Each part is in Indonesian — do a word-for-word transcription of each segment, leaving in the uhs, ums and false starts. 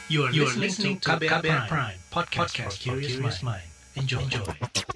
You are, you are listening to K B R Prime, Prime podcast, podcast for curious mind. Enjoy. Enjoy.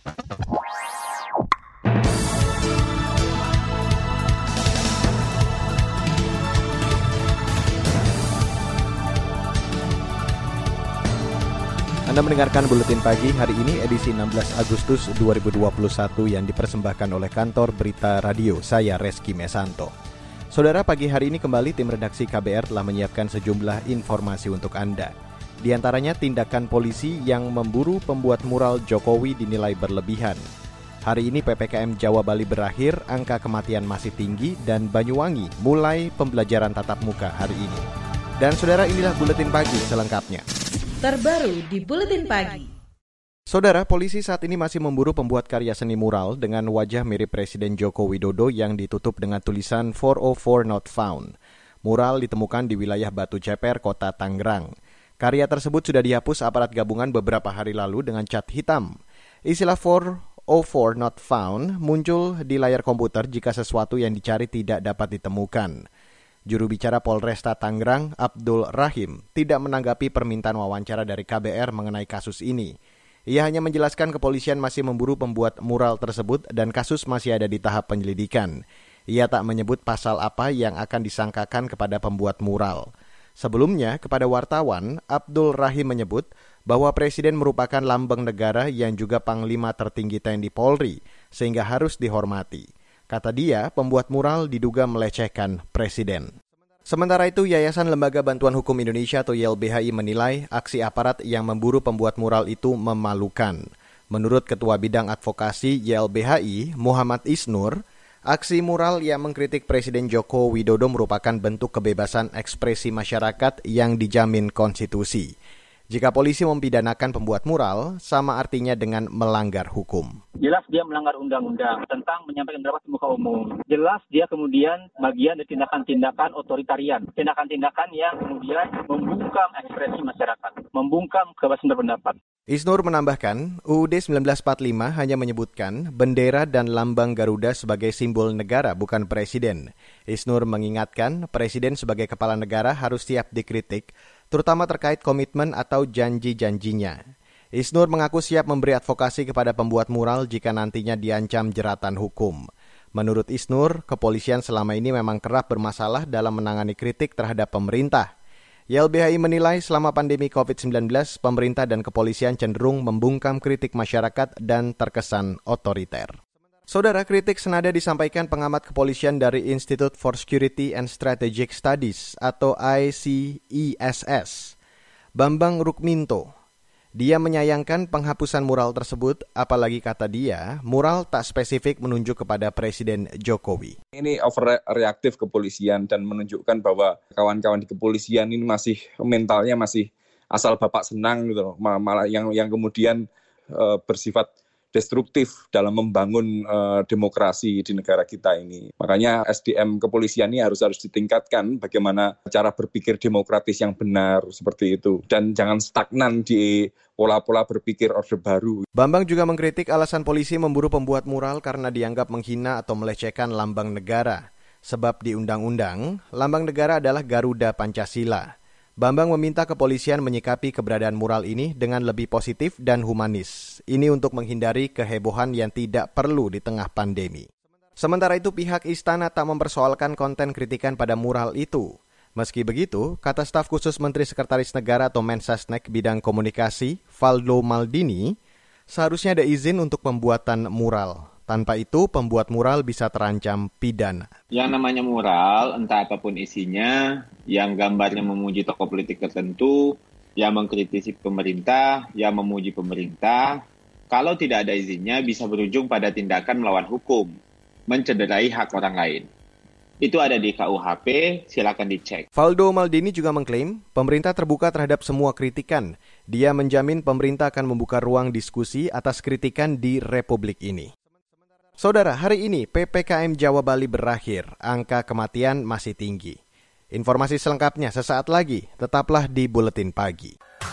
Anda mendengarkan Buletin Pagi hari ini edisi enam belas Agustus dua ribu dua puluh satu yang dipersembahkan oleh kantor Berita Radio. Saya Reski Mesanto. Saudara, pagi hari ini kembali tim redaksi K B R telah menyiapkan sejumlah informasi untuk Anda. Di antaranya tindakan polisi yang memburu pembuat mural Jokowi dinilai berlebihan. Hari ini P P K M Jawa Bali berakhir, angka kematian masih tinggi, dan Banyuwangi mulai pembelajaran tatap muka hari ini. Dan saudara, inilah Buletin Pagi selengkapnya. Terbaru di Buletin Pagi. Saudara, polisi saat ini masih memburu pembuat karya seni mural dengan wajah mirip Presiden Joko Widodo yang ditutup dengan tulisan four oh four not found. Mural ditemukan di wilayah Batu Ceper, Kota Tangerang. Karya tersebut sudah dihapus aparat gabungan beberapa hari lalu dengan cat hitam. Istilah four oh four not found muncul di layar komputer jika sesuatu yang dicari tidak dapat ditemukan. Juru bicara Polresta Tangerang, Abdul Rahim, tidak menanggapi permintaan wawancara dari K B R mengenai kasus ini. Ia hanya menjelaskan kepolisian masih memburu pembuat mural tersebut dan kasus masih ada di tahap penyelidikan. Ia tak menyebut pasal apa yang akan disangkakan kepada pembuat mural. Sebelumnya, kepada wartawan, Abdul Rahim menyebut bahwa Presiden merupakan lambang negara yang juga Panglima tertinggi T N I Polri, sehingga harus dihormati. Kata dia, pembuat mural diduga melecehkan Presiden. Sementara itu, Yayasan Lembaga Bantuan Hukum Indonesia atau Y L B H I menilai aksi aparat yang memburu pembuat mural itu memalukan. Menurut Ketua Bidang Advokasi Y L B H I, Muhammad Isnur, aksi mural yang mengkritik Presiden Joko Widodo merupakan bentuk kebebasan ekspresi masyarakat yang dijamin konstitusi. Jika polisi mempidanakan pembuat mural, sama artinya dengan melanggar hukum. Jelas dia melanggar undang-undang tentang menyampaikan pendapat di muka umum. Jelas dia kemudian bagian dari tindakan-tindakan otoritarian. Tindakan-tindakan yang kemudian membungkam ekspresi masyarakat, membungkam kebebasan berpendapat. Isnur menambahkan, U U D seribu sembilan ratus empat puluh lima hanya menyebutkan bendera dan lambang Garuda sebagai simbol negara, bukan presiden. Isnur mengingatkan, presiden sebagai kepala negara harus siap dikritik, terutama terkait komitmen atau janji-janjinya. Isnur mengaku siap memberi advokasi kepada pembuat mural jika nantinya diancam jeratan hukum. Menurut Isnur, kepolisian selama ini memang kerap bermasalah dalam menangani kritik terhadap pemerintah. Y L B H I menilai selama pandemi covid sembilan belas, pemerintah dan kepolisian cenderung membungkam kritik masyarakat dan terkesan otoriter. Saudara, kritik senada disampaikan pengamat kepolisian dari Institute for Security and Strategic Studies atau I C E S S, Bambang Rukminto. Dia menyayangkan penghapusan mural tersebut, apalagi kata dia, mural tak spesifik menunjuk kepada Presiden Jokowi. Ini overreaktif kepolisian dan menunjukkan bahwa kawan-kawan di kepolisian ini masih mentalnya masih asal bapak senang gitu, malah yang yang kemudian uh, bersifat destruktif dalam membangun uh, demokrasi di negara kita ini. Makanya S D M kepolisian ini harus harus ditingkatkan bagaimana cara berpikir demokratis yang benar seperti itu. Dan jangan stagnan di pola-pola berpikir Orde Baru. Bambang juga mengkritik alasan polisi memburu pembuat mural karena dianggap menghina atau melecehkan lambang negara. Sebab di undang-undang, lambang negara adalah Garuda Pancasila. Bambang meminta kepolisian menyikapi keberadaan mural ini dengan lebih positif dan humanis. Ini untuk menghindari kehebohan yang tidak perlu di tengah pandemi. Sementara itu, pihak istana tak mempersoalkan konten kritikan pada mural itu. Meski begitu, kata staf khusus Menteri Sekretaris Negara atau Mensesnek bidang komunikasi, Valdo Maldini, seharusnya ada izin untuk pembuatan mural. Tanpa itu, pembuat mural bisa terancam pidana. Yang namanya mural, entah apapun isinya, yang gambarnya memuji tokoh politik tertentu, yang mengkritisi pemerintah, yang memuji pemerintah, kalau tidak ada izinnya bisa berujung pada tindakan melawan hukum, mencederai hak orang lain. Itu ada di K U H P, silakan dicek. Valdo Maldini juga mengklaim pemerintah terbuka terhadap semua kritikan. Dia menjamin pemerintah akan membuka ruang diskusi atas kritikan di Republik ini. Saudara, hari ini P P K M Jawa Bali berakhir, angka kematian masih tinggi. Informasi selengkapnya sesaat lagi, tetaplah di Buletin Pagi.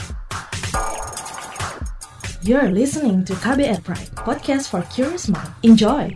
You're listening to K B R Prime, podcast for curious mind. Enjoy!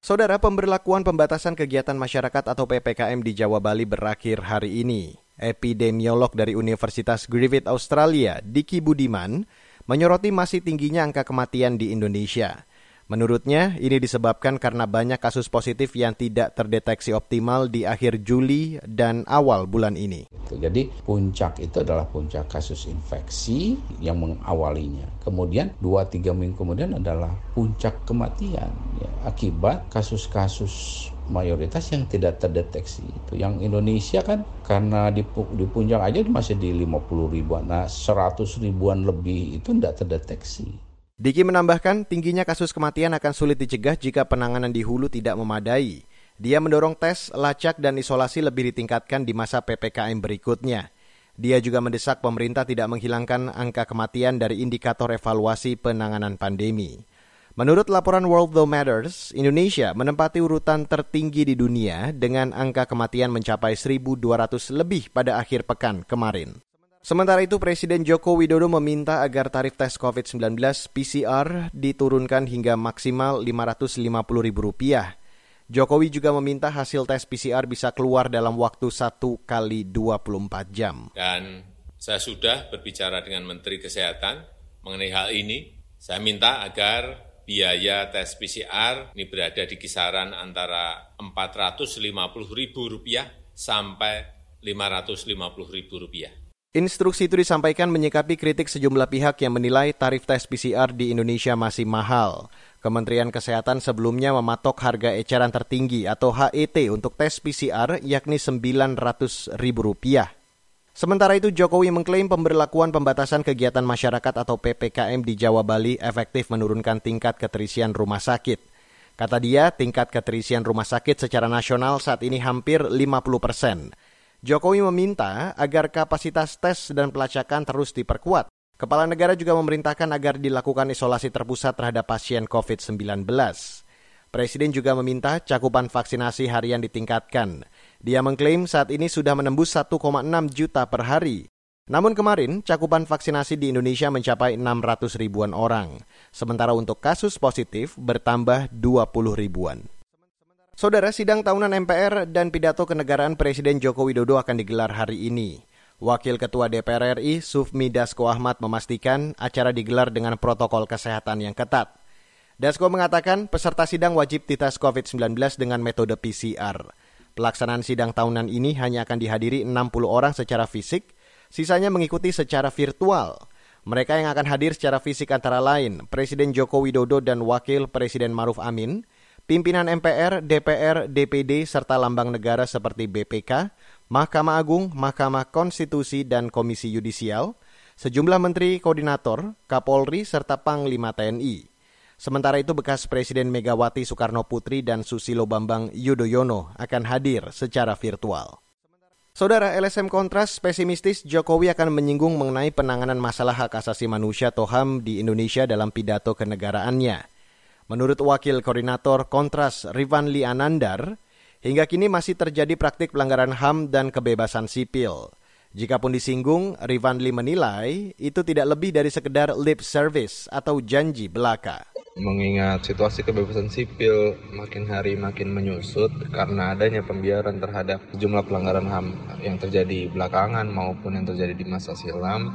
Saudara, pemberlakuan pembatasan kegiatan masyarakat atau P P K M di Jawa Bali berakhir hari ini. Epidemiolog dari Universitas Griffith Australia, Diki Budiman, menyoroti masih tingginya angka kematian di Indonesia. Menurutnya, ini disebabkan karena banyak kasus positif yang tidak terdeteksi optimal di akhir Juli dan awal bulan ini. Jadi puncak itu adalah puncak kasus infeksi yang mengawalinya. Kemudian dua tiga minggu kemudian adalah puncak kematian ya, akibat kasus-kasus mayoritas yang tidak terdeteksi. Itu yang Indonesia kan karena di, di puncak aja masih di lima puluh ribuan. Nah seratus ribuan lebih itu tidak terdeteksi. Diki menambahkan tingginya kasus kematian akan sulit dicegah jika penanganan di hulu tidak memadai. Dia mendorong tes, lacak, dan isolasi lebih ditingkatkan di masa P P K M berikutnya. Dia juga mendesak pemerintah tidak menghilangkan angka kematian dari indikator evaluasi penanganan pandemi. Menurut laporan World Though Matters, Indonesia menempati urutan tertinggi di dunia dengan angka kematian mencapai seribu dua ratus lebih pada akhir pekan kemarin. Sementara itu, Presiden Joko Widodo meminta agar tarif tes covid sembilan belas P C R diturunkan hingga maksimal lima ratus lima puluh ribu rupiah. Jokowi juga meminta hasil tes P C R bisa keluar dalam waktu satu kali dua puluh empat jam. Dan saya sudah berbicara dengan Menteri Kesehatan mengenai hal ini. Saya minta agar biaya tes P C R ini berada di kisaran antara empat ratus lima puluh ribu rupiah sampai lima ratus lima puluh ribu rupiah. Instruksi itu disampaikan menyikapi kritik sejumlah pihak yang menilai tarif tes P C R di Indonesia masih mahal. Kementerian Kesehatan sebelumnya mematok harga eceran tertinggi atau H E T untuk tes P C R yakni sembilan ratus ribu rupiah. Sementara itu Jokowi mengklaim pemberlakuan pembatasan kegiatan masyarakat atau P P K M di Jawa Bali efektif menurunkan tingkat keterisian rumah sakit. Kata dia, tingkat keterisian rumah sakit secara nasional saat ini hampir lima puluh persen. Jokowi meminta agar kapasitas tes dan pelacakan terus diperkuat. Kepala negara juga memerintahkan agar dilakukan isolasi terpusat terhadap pasien covid sembilan belas. Presiden juga meminta cakupan vaksinasi harian ditingkatkan. Dia mengklaim saat ini sudah menembus satu koma enam juta per hari. Namun kemarin cakupan vaksinasi di Indonesia mencapai enam ratus ribuan orang. Sementara untuk kasus positif bertambah dua puluh ribuan. Saudara, sidang tahunan M P R dan pidato kenegaraan Presiden Joko Widodo akan digelar hari ini. Wakil Ketua D P R R I, Sufmi Dasko Ahmad, memastikan acara digelar dengan protokol kesehatan yang ketat. Dasko mengatakan peserta sidang wajib dites covid sembilan belas dengan metode P C R. Pelaksanaan sidang tahunan ini hanya akan dihadiri enam puluh orang secara fisik, sisanya mengikuti secara virtual. Mereka yang akan hadir secara fisik antara lain Presiden Joko Widodo dan Wakil Presiden Maruf Amin, pimpinan M P R, D P R, D P D, serta lambang negara seperti B P K, Mahkamah Agung, Mahkamah Konstitusi, dan Komisi Yudisial, sejumlah menteri koordinator, Kapolri, serta Panglima T N I. Sementara itu bekas Presiden Megawati Soekarno Putri dan Susilo Bambang Yudhoyono akan hadir secara virtual. Saudara, L S M Kontras pesimistis Jokowi akan menyinggung mengenai penanganan masalah hak asasi manusia atau H A M di Indonesia dalam pidato kenegaraannya. Menurut Wakil Koordinator Kontras Rivanli Anandar, hingga kini masih terjadi praktik pelanggaran H A M dan kebebasan sipil. Jikapun disinggung, Rivanli menilai itu tidak lebih dari sekedar lip service atau janji belaka. Mengingat situasi kebebasan sipil makin hari makin menyusut karena adanya pembiaran terhadap sejumlah pelanggaran H A M yang terjadi belakangan maupun yang terjadi di masa silam,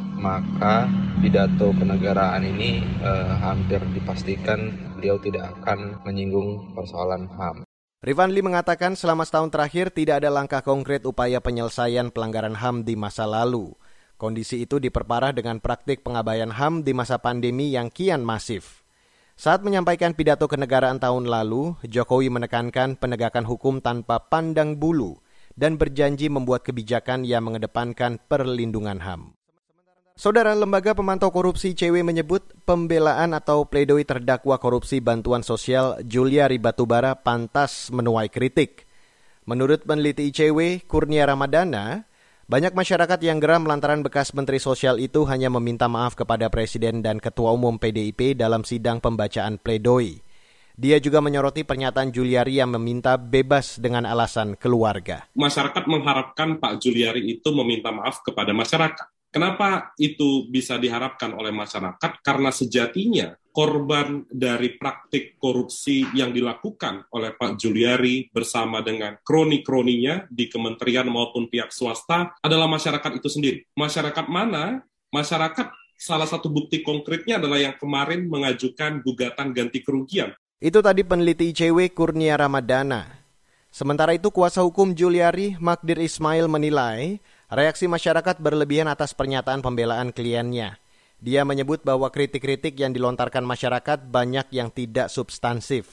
maka pidato kenegaraan ini eh, hampir dipastikan beliau tidak akan menyinggung persoalan H A M. Rivanli mengatakan selama setahun terakhir tidak ada langkah konkret upaya penyelesaian pelanggaran H A M di masa lalu. Kondisi itu diperparah dengan praktik pengabaian H A M di masa pandemi yang kian masif. Saat menyampaikan pidato kenegaraan tahun lalu, Jokowi menekankan penegakan hukum tanpa pandang bulu dan berjanji membuat kebijakan yang mengedepankan perlindungan H A M. Saudara, Lembaga Pemantau Korupsi I C W menyebut pembelaan atau pledoi terdakwa korupsi bantuan sosial Juliari Batubara pantas menuai kritik. Menurut peneliti I C W, Kurnia Ramadana, banyak masyarakat yang geram lantaran bekas Menteri Sosial itu hanya meminta maaf kepada Presiden dan Ketua Umum P D I P dalam sidang pembacaan pledoi. Dia juga menyoroti pernyataan Juliari yang meminta bebas dengan alasan keluarga. Masyarakat mengharapkan Pak Juliari itu meminta maaf kepada masyarakat. Kenapa itu bisa diharapkan oleh masyarakat? Karena sejatinya korban dari praktik korupsi yang dilakukan oleh Pak Juliari bersama dengan kroni-kroninya di kementerian maupun pihak swasta adalah masyarakat itu sendiri. Masyarakat mana? Masyarakat, salah satu bukti konkretnya adalah yang kemarin mengajukan gugatan ganti kerugian. Itu tadi peneliti I C W Kurnia Ramadana. Sementara itu kuasa hukum Juliari, Magdir Ismail menilai reaksi masyarakat berlebihan atas pernyataan pembelaan kliennya. Dia menyebut bahwa kritik-kritik yang dilontarkan masyarakat banyak yang tidak substansif.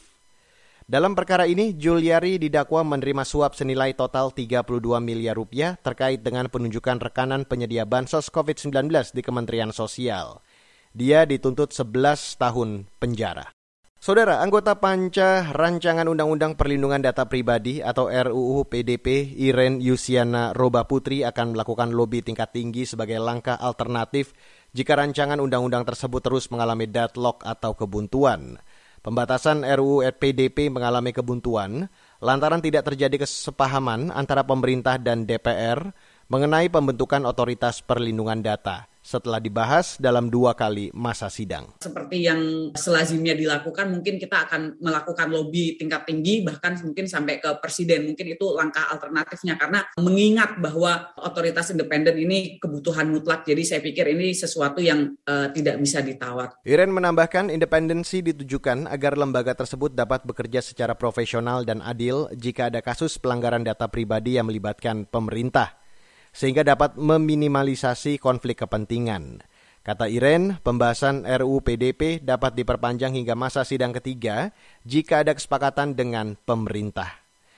Dalam perkara ini, Juliari didakwa menerima suap senilai total tiga puluh dua miliar rupiah terkait dengan penunjukan rekanan penyedia bansos covid sembilan belas di Kementerian Sosial. Dia dituntut sebelas tahun penjara. Saudara, anggota Panca Rancangan Undang-Undang Perlindungan Data Pribadi atau R U U P D P, Iren Yusiana Roba Putri akan melakukan lobi tingkat tinggi sebagai langkah alternatif jika rancangan undang-undang tersebut terus mengalami deadlock atau kebuntuan. Pembatasan R U U P D P mengalami kebuntuan lantaran tidak terjadi kesepahaman antara pemerintah dan D P R mengenai pembentukan otoritas perlindungan data setelah dibahas dalam dua kali masa sidang. Seperti yang selazimnya dilakukan, mungkin kita akan melakukan lobi tingkat tinggi, bahkan mungkin sampai ke presiden. Mungkin itu langkah alternatifnya, karena mengingat bahwa otoritas independen ini kebutuhan mutlak. Jadi saya pikir ini sesuatu yang uh, tidak bisa ditawar. Iren menambahkan independensi ditujukan agar lembaga tersebut dapat bekerja secara profesional dan adil jika ada kasus pelanggaran data pribadi yang melibatkan pemerintah, sehingga dapat meminimalisasi konflik kepentingan. Kata Iren, pembahasan R U U P D P dapat diperpanjang hingga masa sidang ketiga jika ada kesepakatan dengan pemerintah.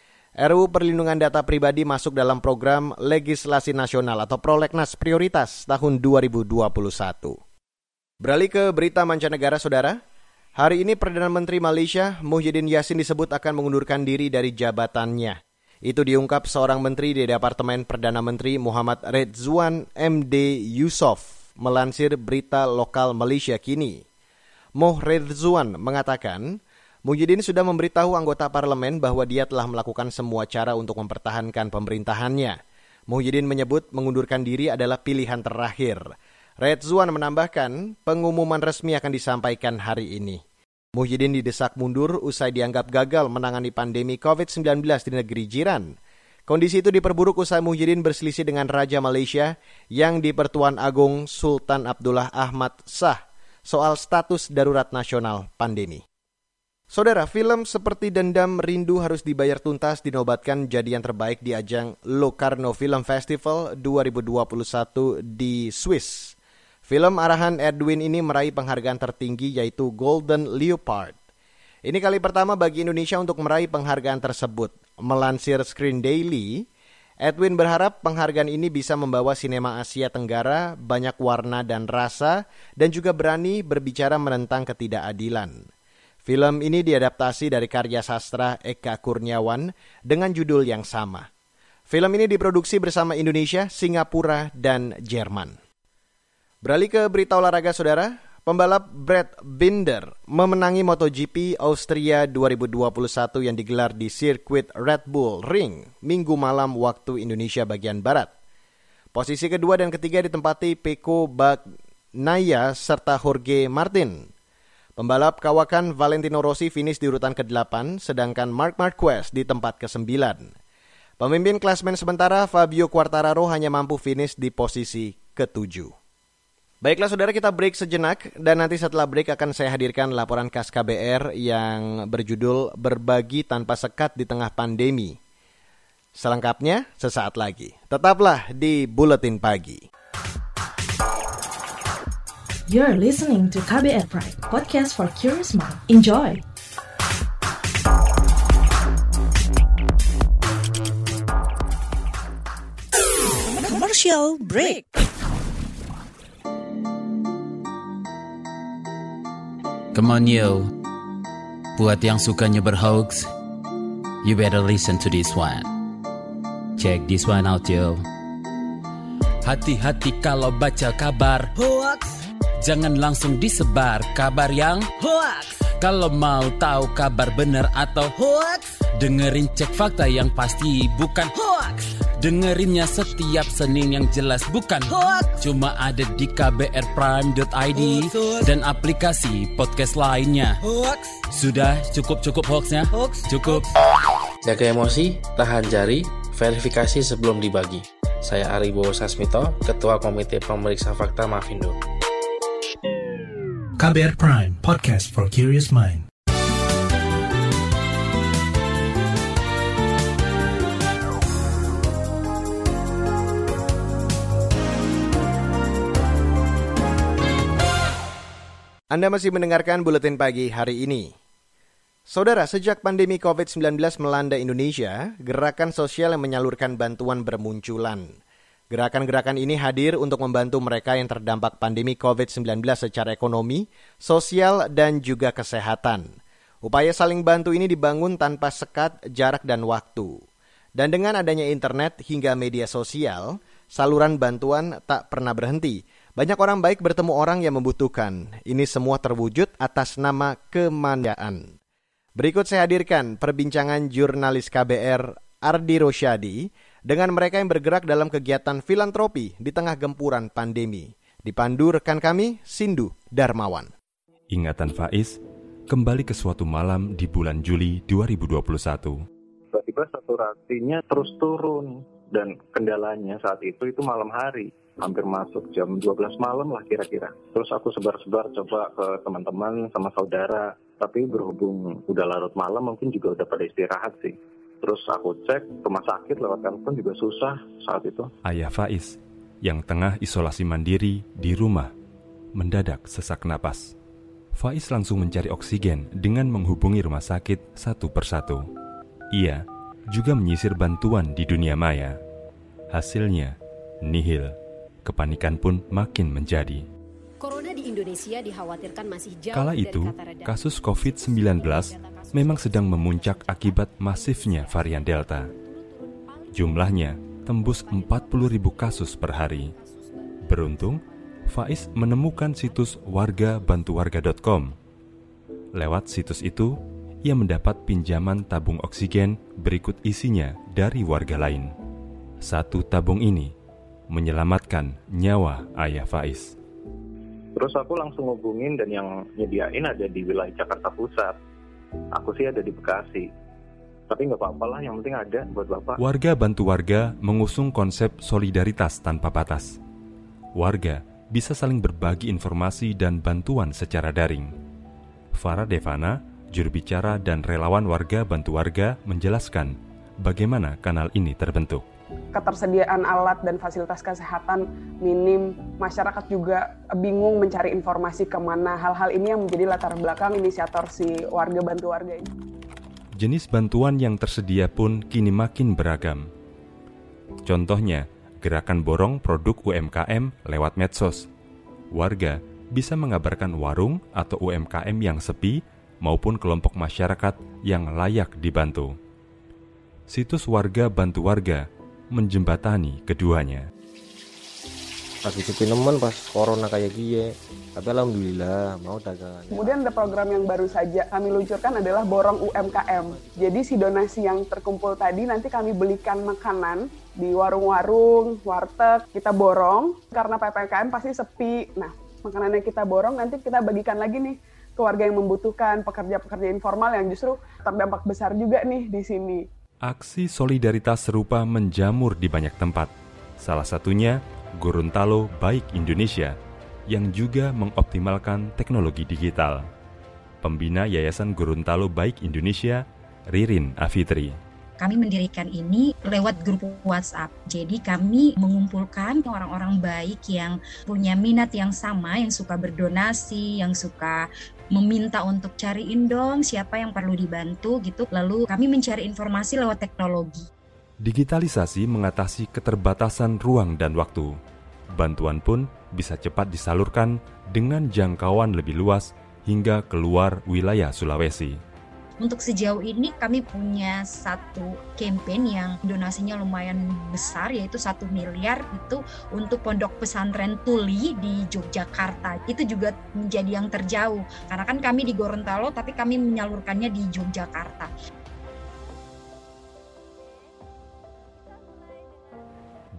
R U U Perlindungan Data Pribadi masuk dalam program legislasi nasional atau prolegnas prioritas tahun dua ribu dua puluh satu. Beralih ke berita mancanegara, saudara. Hari ini Perdana Menteri Malaysia Muhyiddin Yassin disebut akan mengundurkan diri dari jabatannya. Itu diungkap seorang menteri di Departemen Perdana Menteri Muhammad Redzuan M D Yusof, melansir berita lokal Malaysia kini. Moh Redzuan mengatakan, Muhyiddin sudah memberitahu anggota parlemen bahwa dia telah melakukan semua cara untuk mempertahankan pemerintahannya. Muhyiddin menyebut mengundurkan diri adalah pilihan terakhir. Redzuan menambahkan, pengumuman resmi akan disampaikan hari ini. Muhyiddin didesak mundur usai dianggap gagal menangani pandemi covid sembilan belas di negeri jiran. Kondisi itu diperburuk usai Muhyiddin berselisih dengan Raja Malaysia yang di-Pertuan Agong Sultan Abdullah Ahmad Shah soal status darurat nasional pandemi. Saudara, film seperti Dendam Rindu Harus Dibayar Tuntas dinobatkan jadi yang terbaik di ajang Locarno Film Festival dua ribu dua puluh satu di Swiss. Film arahan Edwin ini meraih penghargaan tertinggi yaitu Golden Leopard. Ini kali pertama bagi Indonesia untuk meraih penghargaan tersebut. Melansir Screen Daily, Edwin berharap penghargaan ini bisa membawa sinema Asia Tenggara banyak warna dan rasa dan juga berani berbicara menentang ketidakadilan. Film ini diadaptasi dari karya sastra Eka Kurniawan dengan judul yang sama. Film ini diproduksi bersama Indonesia, Singapura, dan Jerman. Beralih ke berita olahraga, saudara. Pembalap Brad Binder memenangi MotoGP Austria dua ribu dua puluh satu yang digelar di sirkuit Red Bull Ring Minggu malam waktu Indonesia bagian Barat. Posisi kedua dan ketiga ditempati Pecco Bagnaia serta Jorge Martin. Pembalap kawakan Valentino Rossi finish di urutan kedelapan, sedangkan Marc Marquez di tempat kesembilan. Pemimpin klasmen sementara Fabio Quartararo hanya mampu finish di posisi ketujuh. Baiklah saudara, kita break sejenak dan nanti setelah break akan saya hadirkan laporan khas K B R yang berjudul Berbagi Tanpa Sekat di Tengah Pandemi. Selengkapnya sesaat lagi. Tetaplah di Buletin Pagi. You're listening to K B R Pride, podcast for curious mind. Enjoy! Commercial break. Come on yo, buat yang sukanya berhoax, you better listen to this one. Check this one out yo. Hati-hati kalau baca kabar hoax, jangan langsung disebar kabar yang hoax. Kalau mau tahu kabar benar atau hoax, dengerin cek fakta yang pasti bukan hoax. Dengerinnya setiap Senin yang jelas bukan hoax. Cuma ada di k b r prime dot i d hoax, hoax. Dan aplikasi podcast lainnya. Hoax. Sudah cukup-cukup hoaxnya? Hoax. Cukup. Jaga emosi, tahan jari, verifikasi sebelum dibagi. Saya Aribowo Sasmito, Ketua Komite Pemeriksa Fakta Mafindo. K B R Prime, podcast for curious mind. Anda masih mendengarkan Buletin Pagi hari ini. Saudara, sejak pandemi covid sembilan belas melanda Indonesia, gerakan sosial yang menyalurkan bantuan bermunculan. Gerakan-gerakan ini hadir untuk membantu mereka yang terdampak pandemi covid sembilan belas secara ekonomi, sosial, dan juga kesehatan. Upaya saling bantu ini dibangun tanpa sekat, jarak, dan waktu. Dan dengan adanya internet hingga media sosial, saluran bantuan tak pernah berhenti. Banyak orang baik bertemu orang yang membutuhkan. Ini semua terwujud atas nama kemanusiaan. Berikut saya hadirkan perbincangan jurnalis K B R Ardi Rosyadi dengan mereka yang bergerak dalam kegiatan filantropi di tengah gempuran pandemi. Dipandu rekan kami, Sindu Darmawan. Ingatan Faiz kembali ke suatu malam di bulan Juli dua ribu dua puluh satu. Tiba-tiba saturasinya terus turun dan kendalanya saat itu itu malam hari. Hampir masuk jam dua belas malam lah kira-kira. Terus aku sebar-sebar coba ke teman-teman sama saudara. Tapi berhubung udah larut malam mungkin juga udah pada istirahat sih. Terus aku cek rumah sakit lewat telepon juga susah saat itu. Ayah Faiz yang tengah isolasi mandiri di rumah mendadak sesak napas. Faiz langsung mencari oksigen dengan menghubungi rumah sakit satu persatu. Ia juga menyisir bantuan di dunia maya. Hasilnya nihil. Kepanikan pun makin menjadi. Corona di Indonesia dikhawatirkan masih jauh Kala dari itu, kata reda. kasus covid sembilan belas memang sedang memuncak akibat masifnya varian Delta. Jumlahnya tembus empat puluh ribu kasus per hari. Beruntung, Faiz menemukan situs warga bantu warga dot com. Lewat situs itu, ia mendapat pinjaman tabung oksigen berikut isinya dari warga lain. Satu tabung ini menyelamatkan nyawa ayah Faiz. Terus aku langsung hubungin dan yang nyediain ada di wilayah Jakarta Pusat. Aku sih ada di Bekasi. Tapi nggak apa-apa lah, yang penting ada buat Bapak. Warga bantu warga mengusung konsep solidaritas tanpa batas. Warga bisa saling berbagi informasi dan bantuan secara daring. Farah Devana, juru bicara dan relawan warga bantu warga, menjelaskan bagaimana kanal ini terbentuk. Ketersediaan alat dan fasilitas kesehatan minim, masyarakat juga bingung mencari informasi kemana. Hal-hal ini yang menjadi latar belakang inisiator si warga bantu warga ini. Jenis bantuan yang tersedia pun kini makin beragam. Contohnya, gerakan borong produk U M K M lewat medsos. Warga bisa mengabarkan warung atau U M K M yang sepi maupun kelompok masyarakat yang layak dibantu. Situs warga bantu warga menjembatani keduanya. Pas dicuci nemen pas corona kayak gini, tapi alhamdulillah mau dagangan. Kemudian ada program yang baru saja kami luncurkan adalah borong U M K M. Jadi si donasi yang terkumpul tadi nanti kami belikan makanan di warung-warung, warteg, kita borong karena P P K M pasti sepi. Nah, makanannya kita borong nanti kita bagikan lagi nih ke warga yang membutuhkan, pekerja-pekerja informal yang justru terdampak besar juga nih di sini. Aksi solidaritas serupa menjamur di banyak tempat. Salah satunya Gorontalo Baik Indonesia yang juga mengoptimalkan teknologi digital. Pembina Yayasan Gorontalo Baik Indonesia, Ririn Afitri. Kami mendirikan ini lewat grup WhatsApp. Jadi kami mengumpulkan orang-orang baik yang punya minat yang sama, yang suka berdonasi, yang suka meminta untuk cariin dong siapa yang perlu dibantu gitu. Lalu kami mencari informasi lewat teknologi. Digitalisasi mengatasi keterbatasan ruang dan waktu. Bantuan pun bisa cepat disalurkan dengan jangkauan lebih luas hingga keluar wilayah Sulawesi. Untuk sejauh ini kami punya satu campaign yang donasinya lumayan besar, yaitu satu miliar itu untuk pondok pesantren Tuli di Yogyakarta. Itu juga menjadi yang terjauh, karena kan kami di Gorontalo tapi kami menyalurkannya di Yogyakarta.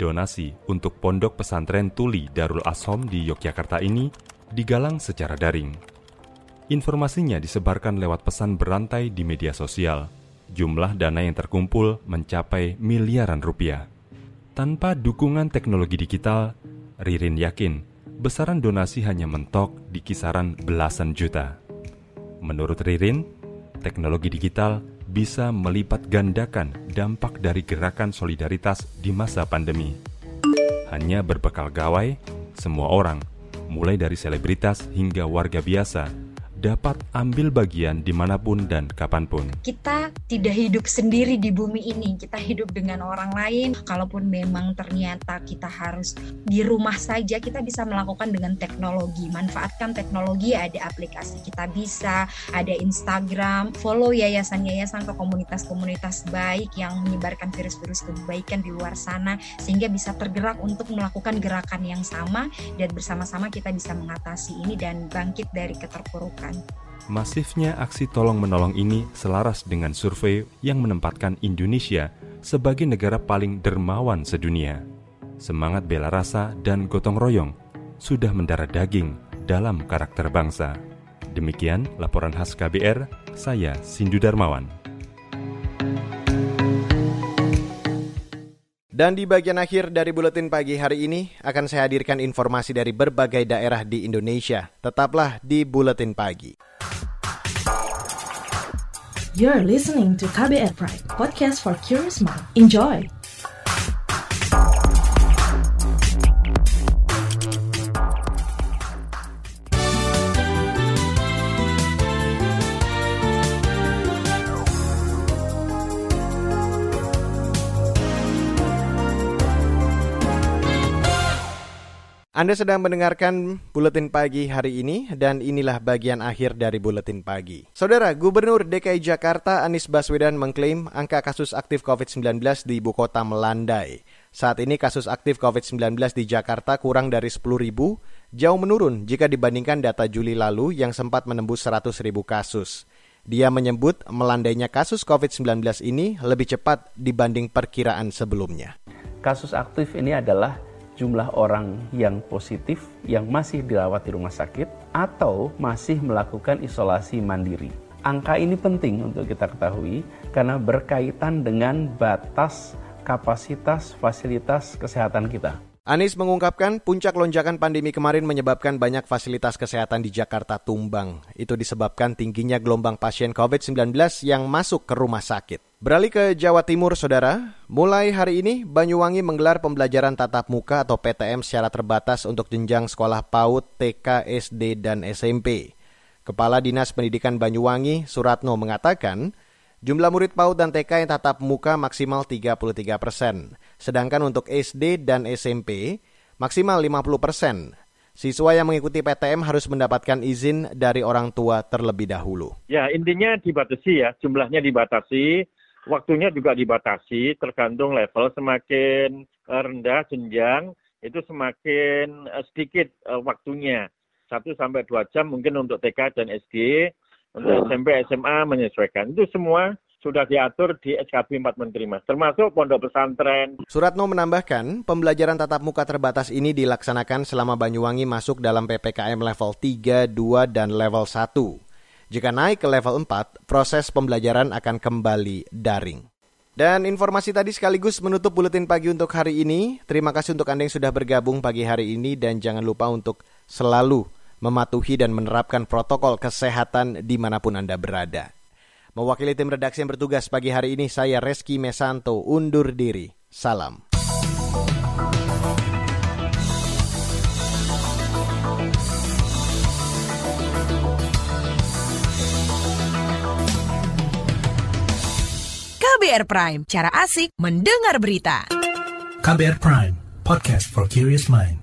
donasi untuk Pondok Pesantren Tuli Darul Ashom di Yogyakarta ini digalang secara daring. Informasinya disebarkan lewat pesan berantai di media sosial. Jumlah dana yang terkumpul mencapai miliaran rupiah. Tanpa dukungan teknologi digital, Ririn yakin besaran donasi hanya mentok di kisaran belasan juta. Menurut Ririn, teknologi digital bisa melipat gandakan dampak dari gerakan solidaritas di masa pandemi. Hanya berbekal gawai, semua orang, mulai dari selebritas hingga warga biasa, dapat ambil bagian dimanapun dan kapanpun. Kita tidak hidup sendiri di bumi ini, kita hidup dengan orang lain. Kalaupun memang ternyata kita harus di rumah saja, kita bisa melakukan dengan teknologi. Manfaatkan teknologi, ada aplikasi kita bisa, ada Instagram, follow yayasan-yayasan atau komunitas-komunitas baik yang menyebarkan virus-virus kebaikan di luar sana, sehingga bisa tergerak untuk melakukan gerakan yang sama, dan bersama-sama kita bisa mengatasi ini dan bangkit dari keterpurukan. Masifnya aksi tolong-menolong ini selaras dengan survei yang menempatkan Indonesia sebagai negara paling dermawan sedunia. Semangat bela rasa dan gotong royong sudah mendarah daging dalam karakter bangsa. Demikian laporan khas K B R, saya Sindu Darmawan. Dan di bagian akhir dari Buletin Pagi hari ini akan saya hadirkan informasi dari berbagai daerah di Indonesia. Tetaplah di Buletin Pagi. You're listening to K B R Pride, podcast for curious mind. Enjoy! Anda sedang mendengarkan Buletin Pagi hari ini dan inilah bagian akhir dari Buletin Pagi. Saudara, Gubernur D K I Jakarta Anies Baswedan mengklaim angka kasus aktif covid sembilan belas di ibu kota melandai. Saat ini kasus aktif covid sembilan belas di Jakarta kurang dari sepuluh ribu, jauh menurun jika dibandingkan data Juli lalu yang sempat menembus seratus ribu kasus. Dia menyebut melandainya kasus covid sembilan belas ini lebih cepat dibanding perkiraan sebelumnya. Kasus aktif ini adalah jumlah orang yang positif yang masih dirawat di rumah sakit atau masih melakukan isolasi mandiri. Angka ini penting untuk kita ketahui karena berkaitan dengan batas kapasitas fasilitas kesehatan kita. Anies mengungkapkan puncak lonjakan pandemi kemarin menyebabkan banyak fasilitas kesehatan di Jakarta tumbang. Itu disebabkan tingginya gelombang pasien covid sembilan belas yang masuk ke rumah sakit. Beralih ke Jawa Timur, Saudara. Mulai hari ini, Banyuwangi menggelar pembelajaran tatap muka atau P T M secara terbatas untuk jenjang sekolah PAUD, T K, S D, dan S M P. Kepala Dinas Pendidikan Banyuwangi, Suratno, mengatakan jumlah murid PAUD dan T K yang tatap muka maksimal tiga puluh tiga persen. Sedangkan untuk S D dan S M P maksimal lima puluh persen. Siswa yang mengikuti P T M harus mendapatkan izin dari orang tua terlebih dahulu. Ya, intinya dibatasi ya, jumlahnya dibatasi, waktunya juga dibatasi, tergantung level. Semakin rendah jenjang, itu semakin sedikit waktunya. satu sampai dua jam mungkin untuk T K dan S D, untuk S M P, S M A menyesuaikan. Itu semua sudah diatur di S K B empat Menteri, Mas, termasuk pondok pesantren. Suratno menambahkan, pembelajaran tatap muka terbatas ini dilaksanakan selama Banyuwangi masuk dalam P P K M level tiga, dua, dan level satu. Jika naik ke level empat, proses pembelajaran akan kembali daring. Dan informasi tadi sekaligus menutup Buletin Pagi untuk hari ini. Terima kasih untuk Anda yang sudah bergabung pagi hari ini dan jangan lupa untuk selalu mematuhi dan menerapkan protokol kesehatan dimanapun Anda berada. Mewakili tim redaksi yang bertugas pagi hari ini, saya Reski Mesanto undur diri. Salam. K B R Prime, cara asik mendengar berita. K B R Prime, podcast for curious mind.